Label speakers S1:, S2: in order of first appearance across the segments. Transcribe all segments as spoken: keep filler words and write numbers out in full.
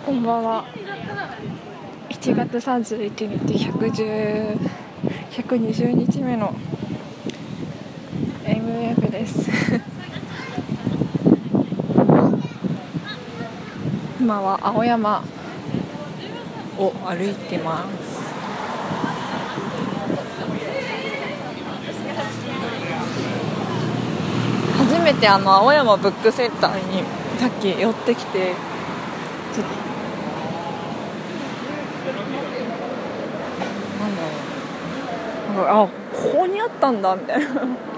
S1: こんばんは。いちがつさんじゅういちにちひゃくじゅう、ひゃくにじゅうにちめの エムウェーブ です今は青山を歩いてます。初めてあの青山ブックセンターにさっき寄ってきて、ちょっとなんだろう、あ、ここにあったんだみたいな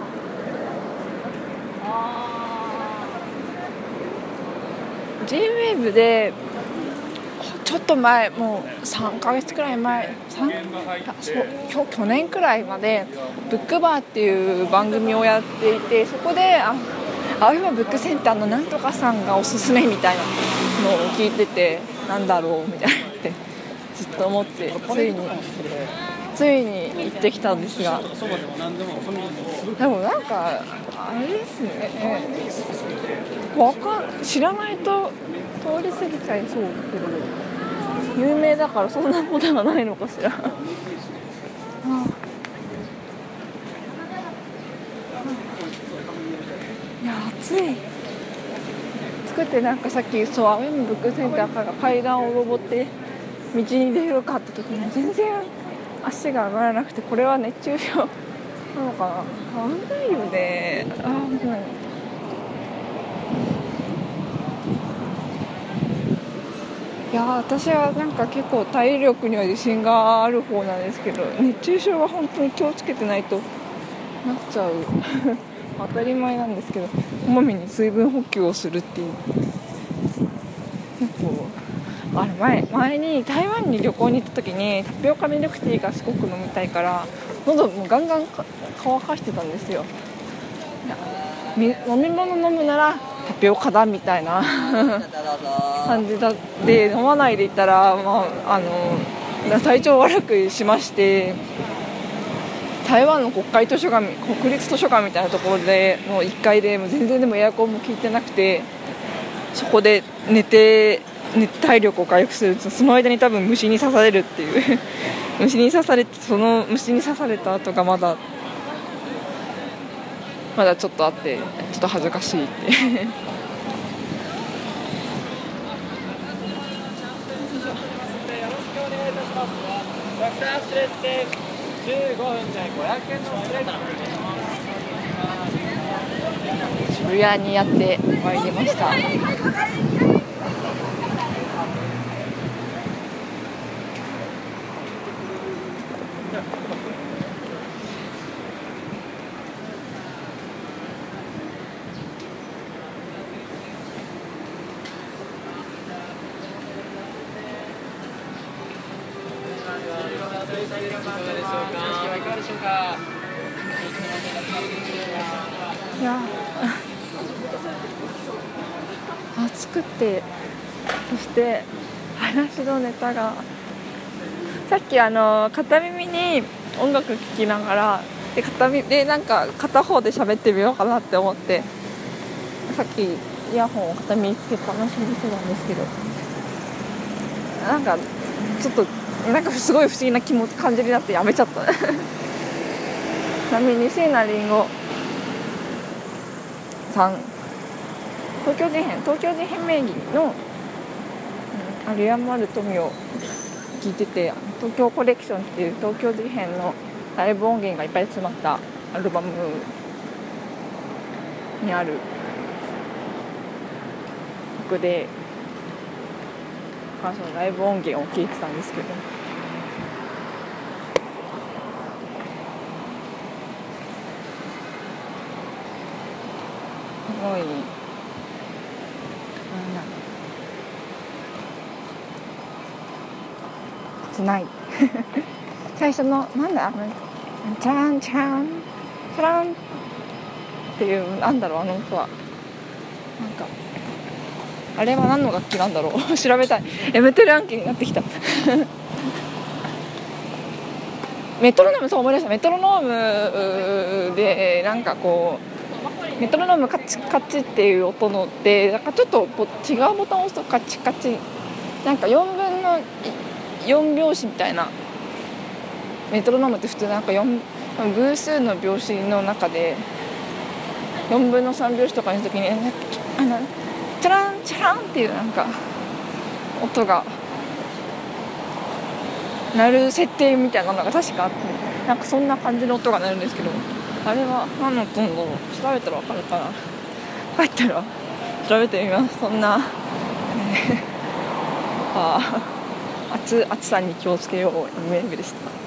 S1: ジェイウェーブ でちょっと前、もうさんかげつくらい前、さんそう去年くらいまでブックバーっていう番組をやっていて、そこであ青山ブックセンターのなんとかさんがおすすめみたいなのを聞いてて、なんだろうみたいなってずっと思って、ついについに行ってきたんですが、でもなんかあれですね、わかん知らないと通り過ぎちゃいそうだけど、有名だからそんなことはないのかしらあいや暑い。作ってなんかさっきそう青山ブックセンターから階段を登って道に出ようかって時に全然足が上がらなくて、これは熱中症なのかな、危ないよね。あー危ない。いや私はなんか結構体力には自信がある方なんですけど、熱中症は本当に気をつけてないとなっちゃう当たり前なんですけど、こまめに水分補給をするっていう。結構あれ 前, 前に台湾に旅行に行った時にタピオカミルクティーがすごく飲みたいから喉もガンガン乾かしてたんですよ。いや飲み物飲むならタピオカだみたいな感じだで、飲まないでいたら、まあ、あの体調悪くしまして、台湾の国会図書館、国立図書館みたいなところでもういっかいでもう全然でもエアコンも効いてなくて、そこで寝て体力を回復する。その間に多分虫に刺されるっていう虫に刺されて、その虫に刺された後がまだまだちょっとあって、ちょっと恥ずかしいってじゅうごふんでごひゃくえんのスレッド。渋谷にやってまいりました。いや暑くて、そして話のネタがさっきあの片耳に音楽聴きながらで片耳でなんか片方で喋ってみようかなって思って、さっきイヤホンを片耳につけっぱなしにしてたんですけど、なんかちょっとなんかすごい不思議な気持ち感じになってやめちゃったちなみに椎名林檎さん、東京事変東京事変名義の、うん、アリアンマル富を聞いてて、東京コレクションっていう東京事変のライブ音源がいっぱい詰まったアルバムにある曲で、そのライブ音源を聞いてたんですけど、すごい切ない最初のなんだあのチャランチャランチャランっていうなんだろうあの音はなんかあれは何の楽器なんだろう調べたい。エムテル暗記になってきたメトロノーム、そう思い出した。メトロノームでなんかこうメトロノームカチカチっていう音ので、なんかちょっと違うボタンを押すとカチカチなんかよんぶんのよん拍子みたいな、メトロノームって普通なんかよん偶数の拍子の中でよんぶんのさん拍子とかの時にあのチャランチャランっていうなんか音が鳴る設定みたいなのが確かあって、なんかそんな感じの音が鳴るんですけど、あれは何の音だろう、調べたら分かるかな。帰ったら調べてみます。そんな、えー、あ暑暑さに気をつけようメールでした。